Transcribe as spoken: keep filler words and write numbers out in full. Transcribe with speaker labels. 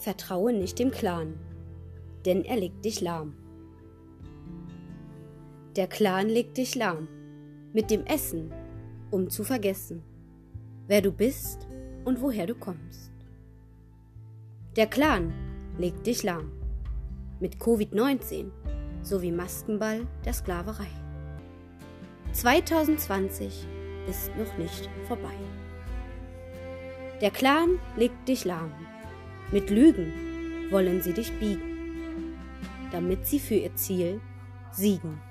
Speaker 1: Vertraue nicht dem Clan, denn er legt dich lahm. Der Clan legt dich lahm, mit dem Essen, um zu vergessen, wer du bist und woher du kommst. Der Clan legt dich lahm, mit Covid neunzehn sowie Maskenball der Sklaverei. zwanzig zwanzig ist noch nicht vorbei. Der Clan legt dich lahm, mit Lügen wollen sie dich biegen, damit sie für ihr Ziel siegen.